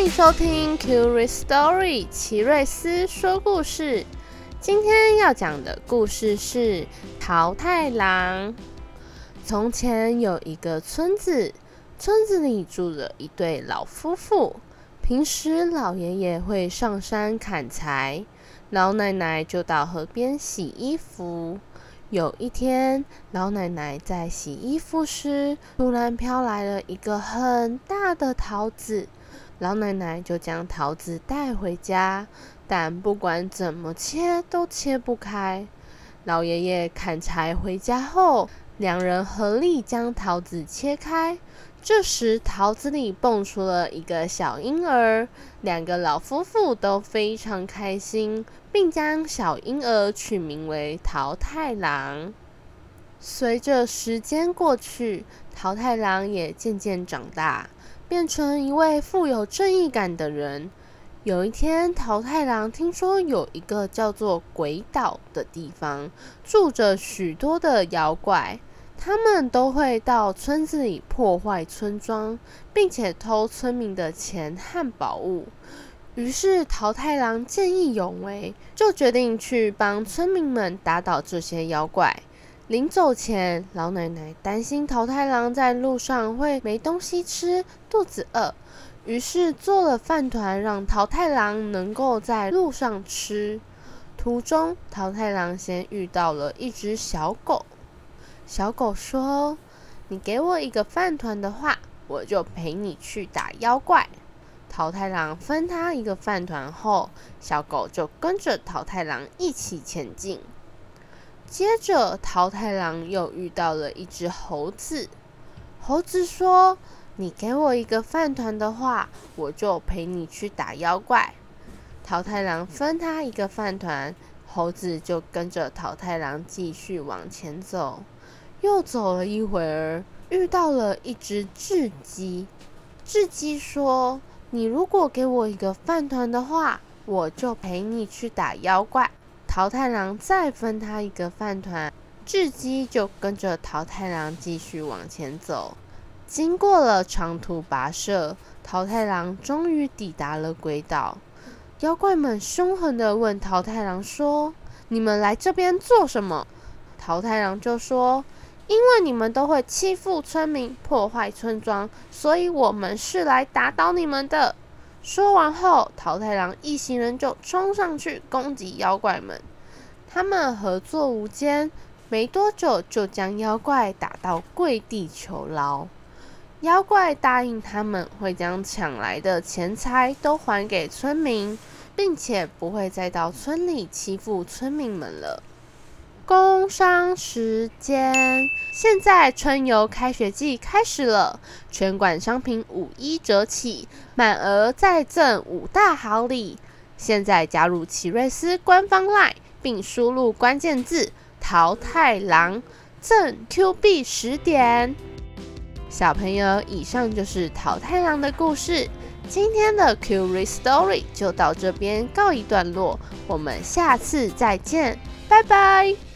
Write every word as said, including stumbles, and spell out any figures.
迎收听 Curious Story 奇瑞斯说故事。今天要讲的故事是桃太郎。从前有一个村子，村子里住着一对老夫妇。平时老爷爷会上山砍柴，老奶奶就到河边洗衣服。有一天，老奶奶在洗衣服时，突然飘来了一个很大的桃子。老奶奶就将桃子带回家，但不管怎么切都切不开。老爷爷砍柴回家后，两人合力将桃子切开。这时桃子里蹦出了一个小婴儿，两个老夫妇都非常开心，并将小婴儿取名为桃太郎。随着时间过去，桃太郎也渐渐长大，变成一位富有正义感的人。有一天，桃太郎听说有一个叫做鬼岛的地方，住着许多的妖怪，他们都会到村子里破坏村庄，并且偷村民的钱和宝物。于是桃太郎见义勇为，就决定去帮村民们打倒这些妖怪。临走前，老奶奶担心桃太郎在路上会没东西吃，肚子饿，于是做了饭团让桃太郎能够在路上吃。途中，桃太郎先遇到了一只小狗。小狗说：“你给我一个饭团的话，我就陪你去打妖怪。”桃太郎分他一个饭团后，小狗就跟着桃太郎一起前进。接着，桃太郎又遇到了一只猴子。猴子说：“你给我一个饭团的话，我就陪你去打妖怪。”桃太郎分他一个饭团，猴子就跟着桃太郎继续往前走。又走了一会儿，遇到了一只雉鸡。雉鸡说：“你如果给我一个饭团的话，我就陪你去打妖怪。”桃太郎再分他一个饭团，雉鸡就跟着桃太郎继续往前走。经过了长途跋涉，桃太郎终于抵达了鬼岛。妖怪们凶狠地问桃太郎说：“你们来这边做什么？”桃太郎就说：“因为你们都会欺负村民，破坏村庄，所以我们是来打倒你们的。”说完后，桃太郎一行人就冲上去攻击妖怪们。他们合作无间，没多久就将妖怪打到跪地求饶。妖怪答应他们会将抢来的钱财都还给村民，并且不会再到村里欺负村民们了。工商时间，现在春游开学季开始了，全馆商品五一折起，满额再赠五大好礼。现在加入奇瑞斯官方 LINE， 并输入关键字桃太郎，赠 Q 币十点。小朋友，以上就是桃太郎的故事。今天的 Curious Story 就到这边告一段落，我们下次再见，拜拜。